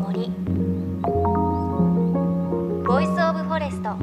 森ボイスオブフォレスト。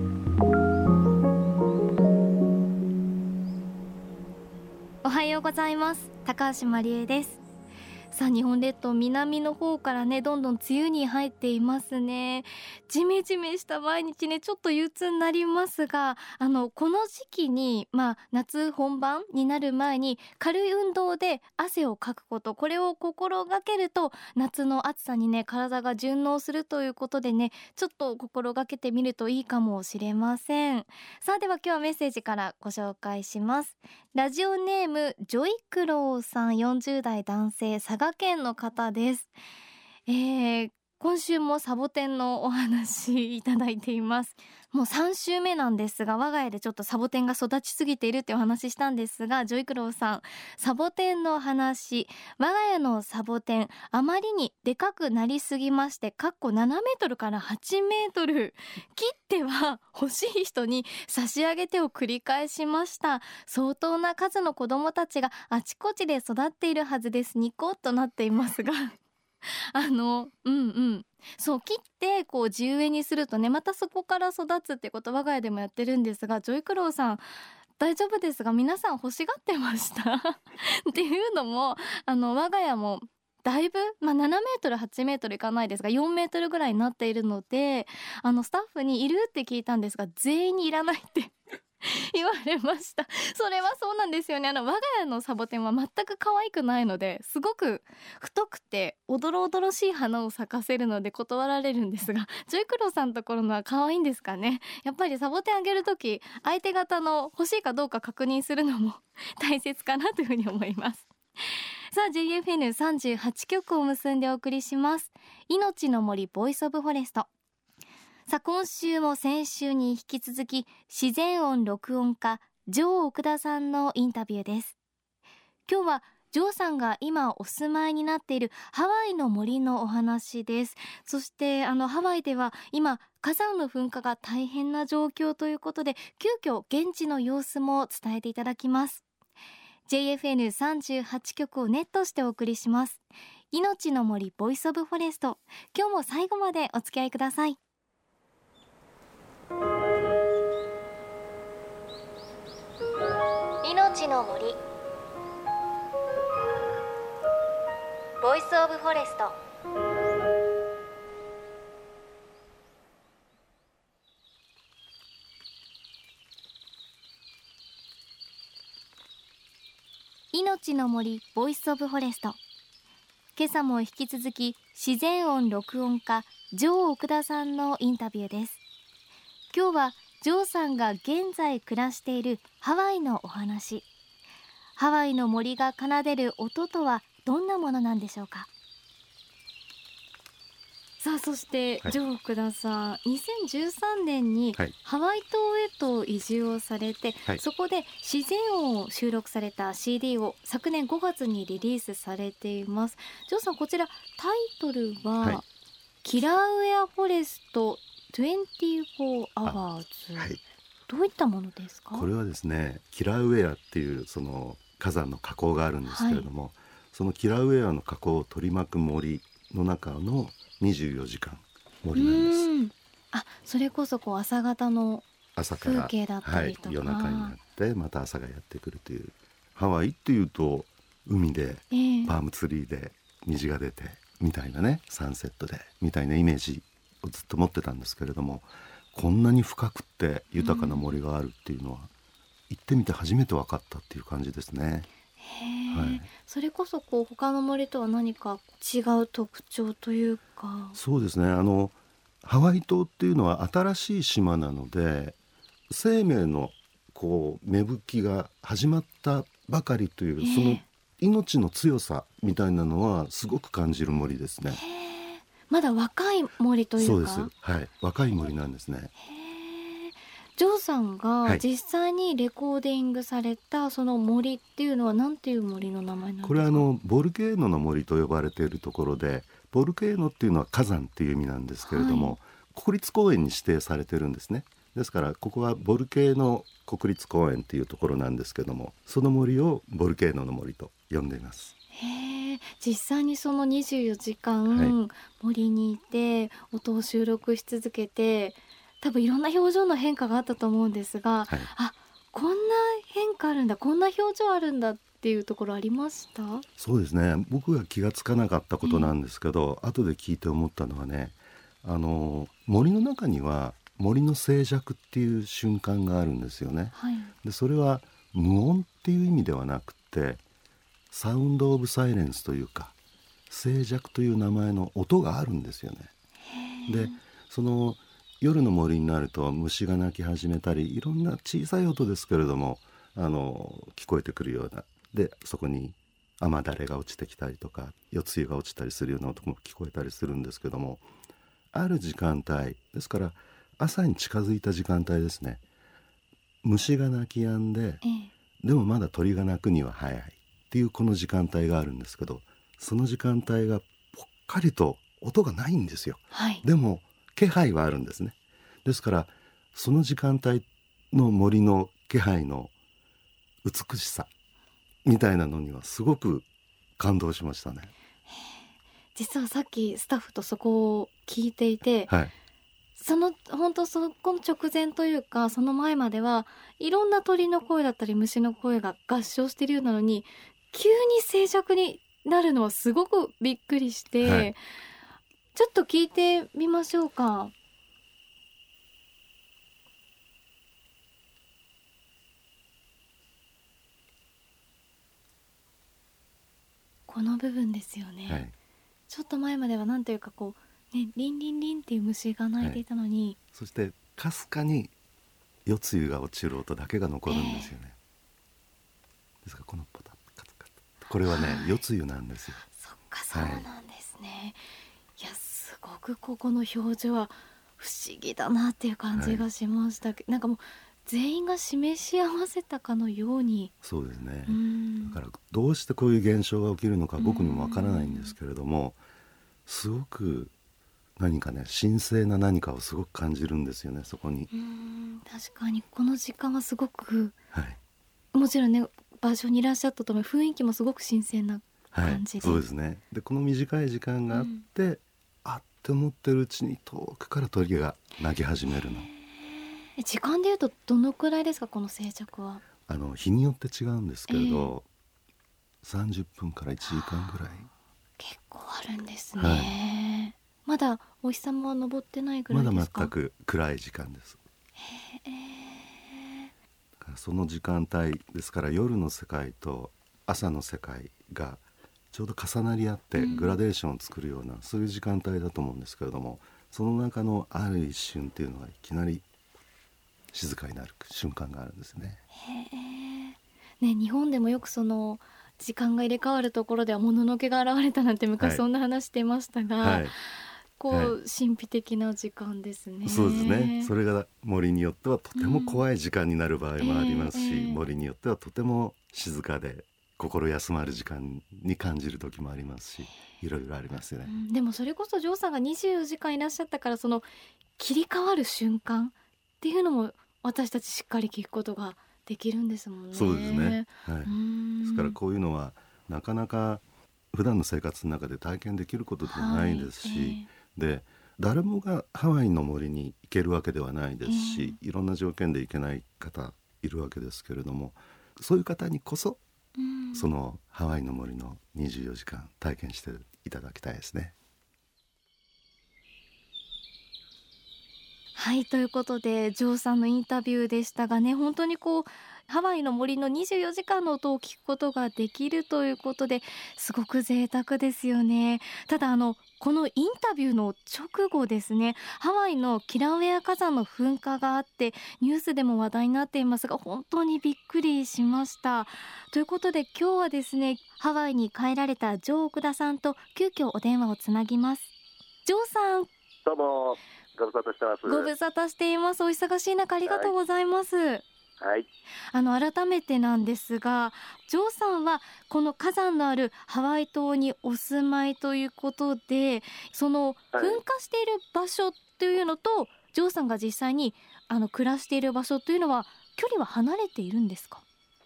おはようございます。高橋まりえです。さあ、日本列島南の方からね、どんどん梅雨に入っていますね。ジメジメした毎日ね、ちょっと憂鬱になりますが、この時期に夏本番になる前に軽い運動で汗をかくこと、これを心がけると夏の暑さにね、体が順応するということでね、ちょっと心がけてみるといいかもしれません。さあ、では今日はメッセージからご紹介します。ラジオネームジョイクローさん、40代男性、佐賀県の方です。今週もサボテンのお話いただいています。もう3週目なんですが、我が家でちょっとサボテンが育ちすぎているってお話ししたんですが、ジョイクローさん、サボテンの話、我が家のサボテンあまりにでかくなりすぎまして、7メートルから8メートル、切っては欲しい人に差し上げてを繰り返しました。相当な数の子供たちがあちこちで育っているはずです。ニコッとなっていますがそう、切ってこう地植えにするとね、またそこから育つってこと我が家でもやってるんですが、ジョイクローさん大丈夫ですが、皆さん欲しがってましたっていうのも、我が家もだいぶ、7メートル8メートルいかないですが4メートルぐらいになっているので、スタッフにいるって聞いたんですが、全員にいらないって言われました。それはそうなんですよね。我が家のサボテンは全く可愛くないので、すごく太くておどろおどろしい花を咲かせるので断られるんですが、ジョイクロさんのところのは可愛いんですかね。やっぱりサボテンあげるとき、相手方の欲しいかどうか確認するのも大切かなというふうに思います。さあ、 JFN38 曲を結んでお送りします。命の森ボイスオブフォレスト。さあ、今週も先週に引き続き自然音録音家城奥田さんのインタビューです。今日は城さんが今お住まいになっているハワイの森のお話です。そしてハワイでは今火山の噴火が大変な状況ということで、急遽現地の様子も伝えていただきます。 JFN38 曲をネットしてお送りします。命の森ボイスオブフォレスト、今日も最後までお付き合いください。命の森ボイスオブフォレスト。命の森ボイスオブフォレスト。今朝も引き続き自然音録音家城奥田さんのインタビューです。今日は城さんが現在暮らしているハワイのお話。ハワイの森が奏でる音とはどんなものなんでしょうか。さあ、そして、城奥田さん、2013年にハワイ島へと移住をされて、そこで自然音を収録された CD を昨年5月にリリースされています。城さん、こちらタイトルは、キラウエアフォレスト24 hours、どういったものですか。 これはですね、キラウエアっていうその火山の火口があるんですけれども、そのキラウエアの火口を取り巻く森の中の24時間森なんです。 それこそ朝方の風景だったりとか、 夜中になってまた朝がやってくるという。ハワイっていうと海で、パームツリーで虹が出てみたいなね、サンセットでみたいなイメージをずっと持ってたんですけれども、こんなに深くって豊かな森があるっていうのは、行ってみて初めて分かったっていう感じですね。 それこそ他の森とは何か違う特徴というか。 そうですね、ハワイ島っていうのは新しい島なので、生命の芽吹きが始まったばかりという、その命の強さみたいなのはすごく感じる森ですね。 まだ若い森というか。 そうです、若い森なんですね。 ジョーさんが実際にレコーディングされたその森っていうのは何ていう森の名前なんですか。 これはボルケーノの森と呼ばれているところで、ボルケーノっていうのは火山っていう意味なんですけれども、国立公園に指定されてるんですね。ですからここはボルケーノ国立公園っていうところなんですけども、その森をボルケーノの森と呼んでいます。 実際にその24時間、森にいて音を収録し続けて、多分いろんな表情の変化があったと思うんですが、あ、こんな変化あるんだ、こんな表情あるんだっていうところありました？ そうですね、僕が気がつかなかったことなんですけど、後で聞いて思ったのはね、森の中には森の静寂っていう瞬間があるんですよね。でそれは無音っていう意味ではなくて、サウンドオブサイレンスというか、静寂という名前の音があるんですよね。でその夜の森になると虫が鳴き始めたり、いろんな小さい音ですけれども聞こえてくるような、でそこに雨だれが落ちてきたりとか、夜露が落ちたりするような音も聞こえたりするんですけども、ある時間帯ですから、朝に近づいた時間帯ですね、虫が鳴き止んで、でもまだ鳥が鳴くには早いっていうこの時間帯があるんですけど、その時間帯がぽっかりと音がないんですよ。でも気配はあるんですね。ですからその時間帯の森の気配の美しさみたいなのにはすごく感動しましたね。 実はさっきスタッフとそこを聞いていて、本当そこの直前というか、その前まではいろんな鳥の声だったり虫の声が合唱しているようなのに、急に静寂になるのはすごくびっくりして、ちょっと聞いてみましょうか。この部分ですよね。ちょっと前まではなんというかこう、ね、リンリンリンっていう虫が鳴いていたのに、 そしてかすかに夜露が落ちる音だけが残るんですよね。ですからこのポタッカツカツ、これはね、夜露なんですよ。 そっか、そうなんですね。いや、すごくここの表情は不思議だなっていう感じがしました。なんかもう全員が示し合わせたかのように。 そうですね。だからどうしてこういう現象が起きるのか僕にもわからないんですけれども、すごく何かね、神聖な何かをすごく感じるんですよね、そこに。 確かにこの時間はすごく、もちろんね、場所にいらっしゃったと思う、雰囲気もすごく新鮮な感じで、 そうですね。でこの短い時間があって、あって思ってるうちに遠くから鳥が鳴き始めるの。 時間でいうとどのくらいですか、この静寂は？ 日によって違うんですけれど、30分から1時間ぐらい。 結構あるんですね。まだお日様は昇ってないぐらいですか？ まだ全く暗い時間です。その時間帯ですから、夜の世界と朝の世界がちょうど重なり合ってグラデーションを作るような、そういう時間帯だと思うんですけれども、その中のある一瞬っていうのがいきなり静かになる瞬間があるんですね。 日本でもよくその時間が入れ替わるところではもののけが現れたなんて昔そんな話してましたが、こう神秘的な時間ですね。 そうですね。それが森によってはとても怖い時間になる場合もありますし、森によってはとても静かで心休まる時間に感じる時もありますし、いろいろありますよね。 でもそれこそジョーさんが24時間いらっしゃったから、その切り替わる瞬間っていうのも私たちしっかり聞くことができるんですもんね。 そうですね。ですからこういうのはなかなか普段の生活の中で体験できることでもないですし、で誰もがハワイの森に行けるわけではないですし、いろんな条件で行けない方いるわけですけれども、そういう方にこそ、そのハワイの森の24時間体験していただきたいですね。 はい、ということでジョーさんのインタビューでしたがね、本当にこうハワイの森の24時間の音を聞くことができるということで、すごく贅沢ですよね。ただこのインタビューの直後ですね、ハワイのキラウェア火山の噴火があってニュースでも話題になっていますが、本当にびっくりしました。ということで今日はですね、ハワイに帰られたジョー奥田さんと急遽お電話をつなぎます。ジョーさん、 どうもご無沙汰してます。 ご無沙汰しています。お忙しい中ありがとうございます。改めてなんですが、ジョーさんはこの火山のあるハワイ島にお住まいということで、その噴火している場所というのと、ジョーさんが実際に暮らしている場所というのは距離は離れているんですか？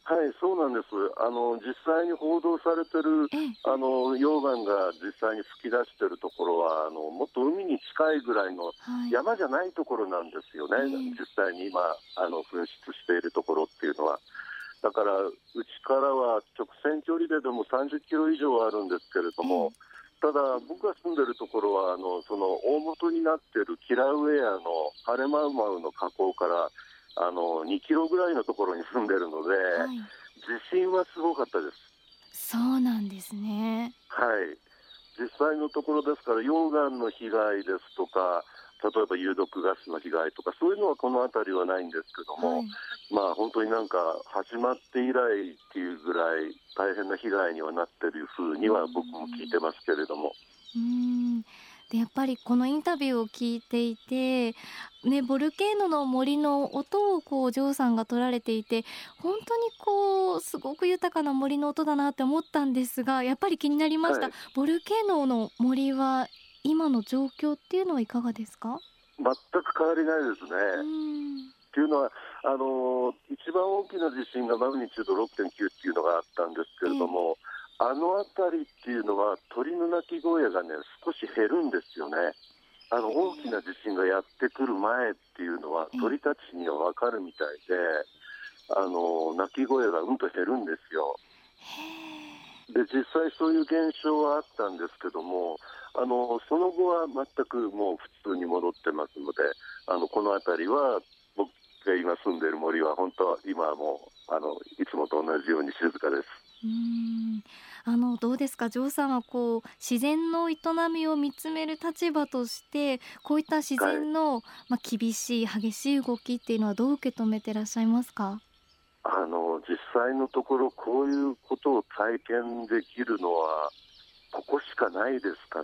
はい、そうなんです。実際に報道されてる溶岩が実際に噴き出してるところはもっと海に近いぐらいの山じゃないところなんですよね、実際に今噴出しているところっていうのは。だからうちからは直線距離でも30キロ以上あるんですけれども、ただ僕が住んでるところはその大元になっているキラウエアのハレマウマウの河口から2キロぐらいのところに住んでるので、地震はすごかったです。 そうなんですね。 はい、実際のところですから溶岩の被害ですとか、例えば有毒ガスの被害とかそういうのはこの辺りはないんですけども、本当になんか始まって以来っていうぐらい大変な被害にはなっているふうには僕も聞いてますけれども。 でやっぱりこのインタビューを聞いていて、ボルケーノの森の音をジョーさんが取られていて、本当にすごく豊かな森の音だなって思ったんですが、やっぱり気になりました、ボルケーノの森は今の状況っていうのはいかがですか？ 全く変わりないですね。っていうのは一番大きな地震がマグニチュード 6.9 っていうのがあったんですけれども、あの辺りっていうのは鳥の鳴き声がね少し減るんですよね。大きな地震がやってくる前っていうのは鳥たちには分かるみたいで、鳴き声がうんと減るんですよ。で実際そういう現象はあったんですけども、その後は全くもう普通に戻ってますので、この辺りは僕が今住んでいる森は本当は今はもういつもと同じように静かです。 どうですか、ジョーさんは自然の営みを見つめる立場としてこういった自然の、厳しい激しい動きっていうのはどう受け止めてらっしゃいますか？ 実際のところこういうことを体験できるのはここしかないですから、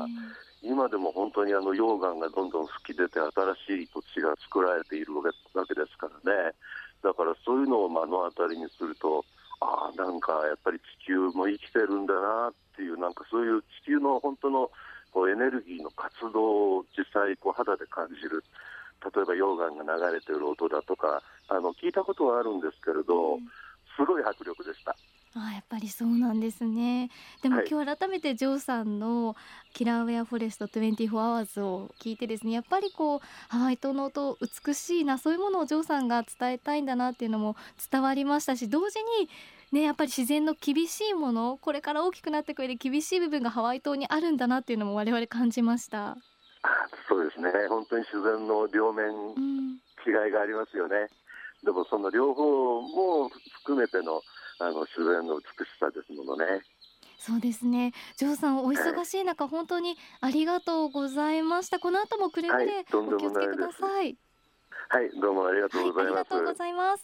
今でも本当に溶岩がどんどん噴き出て新しい土地が作られているわけですからね。だからそういうのを目の当たりにすると、なんかやっぱり地球も生きてるんだなっていう、なんかそういう地球の本当のエネルギーの活動を実際肌で感じる。例えば溶岩が流れている音だとか聞いたことはあるんですけれど、すごい迫力でした。 やっぱりそうなんですね。でも今日改めてジョーさんのキラーウェアフォレスト24 hours を聞いてですね、やっぱりハワイ島の音美しいな、そういうものをジョーさんが伝えたいんだなっていうのも伝わりましたし、同時にやっぱり自然の厳しいもの、これから大きくなってくれる厳しい部分がハワイ島にあるんだなっていうのも我々感じました。 そうですね、本当に自然の両面違いがありますよね。でもその両方も含めての自然の美しさですものね。 そうですね、ジョーさんお忙しい中、本当にありがとうございました。この後もくれぐれお気をつけください。 はい、どうもありがとうございます。 ありがとうございます。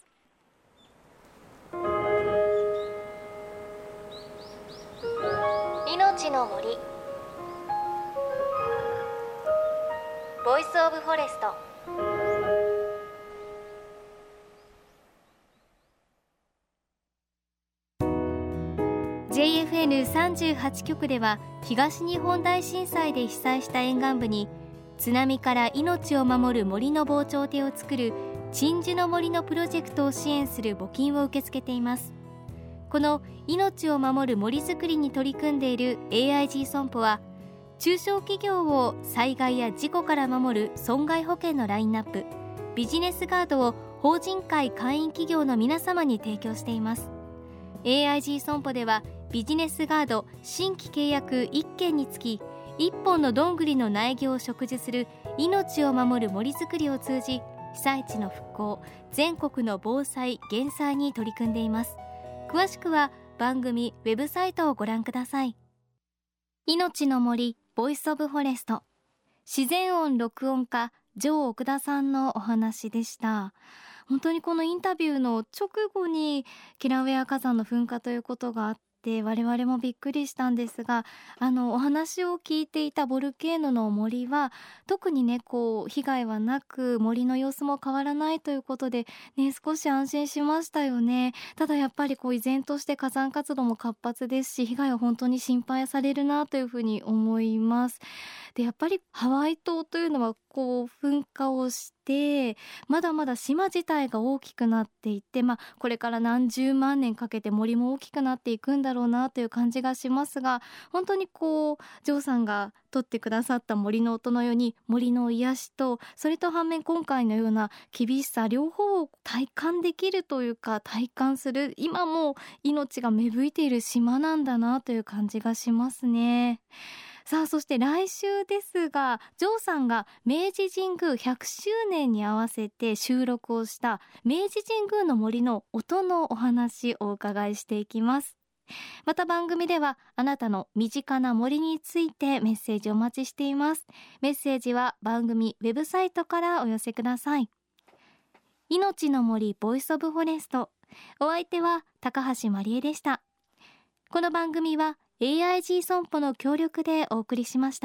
命の森、ボイスオブフォレスト。JFN38 局では東日本大震災で被災した沿岸部に津波から命を守る森の防潮堤を作る鎮守の森のプロジェクトを支援する募金を受け付けています。この命を守る森づくりに取り組んでいる AIG 損保は、中小企業を災害や事故から守る損害保険のラインナップビジネスガードを法人会会員企業の皆様に提供しています。 AIG 損保ではビジネスガード新規契約1件につき1本のどんぐりの苗木を植樹する命を守る森づくりを通じ、被災地の復興、全国の防災減災に取り組んでいます。詳しくは番組ウェブサイトをご覧ください。命の森ボイスオブフォレスト、自然音録音家ジョー奥田さんのお話でした。本当にこのインタビューの直後にキラウェア火山の噴火ということがあって我々もびっくりしたんですが、お話を聞いていたボルケーノの森は特に被害はなく森の様子も変わらないということで少し安心しましたよね。ただやっぱり依然として火山活動も活発ですし、被害は本当に心配されるなというふうに思います。でやっぱりハワイ島というのはこう噴火をしてまだまだ島自体が大きくなっていって、これから何十万年かけて森も大きくなっていくんだろうなという感じがしますが、本当にこうジョーさんが撮ってくださった森の音のように森の癒しと、それと反面今回のような厳しさ両方を体感できるというか、体感する、今も命が芽吹いている島なんだなという感じがしますね。さあ、そして来週ですが、ジョーさんが明治神宮100周年に合わせて収録をした明治神宮の森の音のお話をお伺いしていきます。また番組ではあなたの身近な森についてメッセージお待ちしています。メッセージは番組ウェブサイトからお寄せください。命の森ボイスオブフォレスト、お相手は高橋まりえでした。この番組はAIG 損保の協力でお送りしました。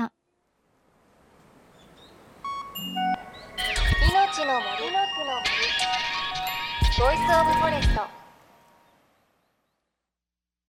命の森ボイスオブフォレスト。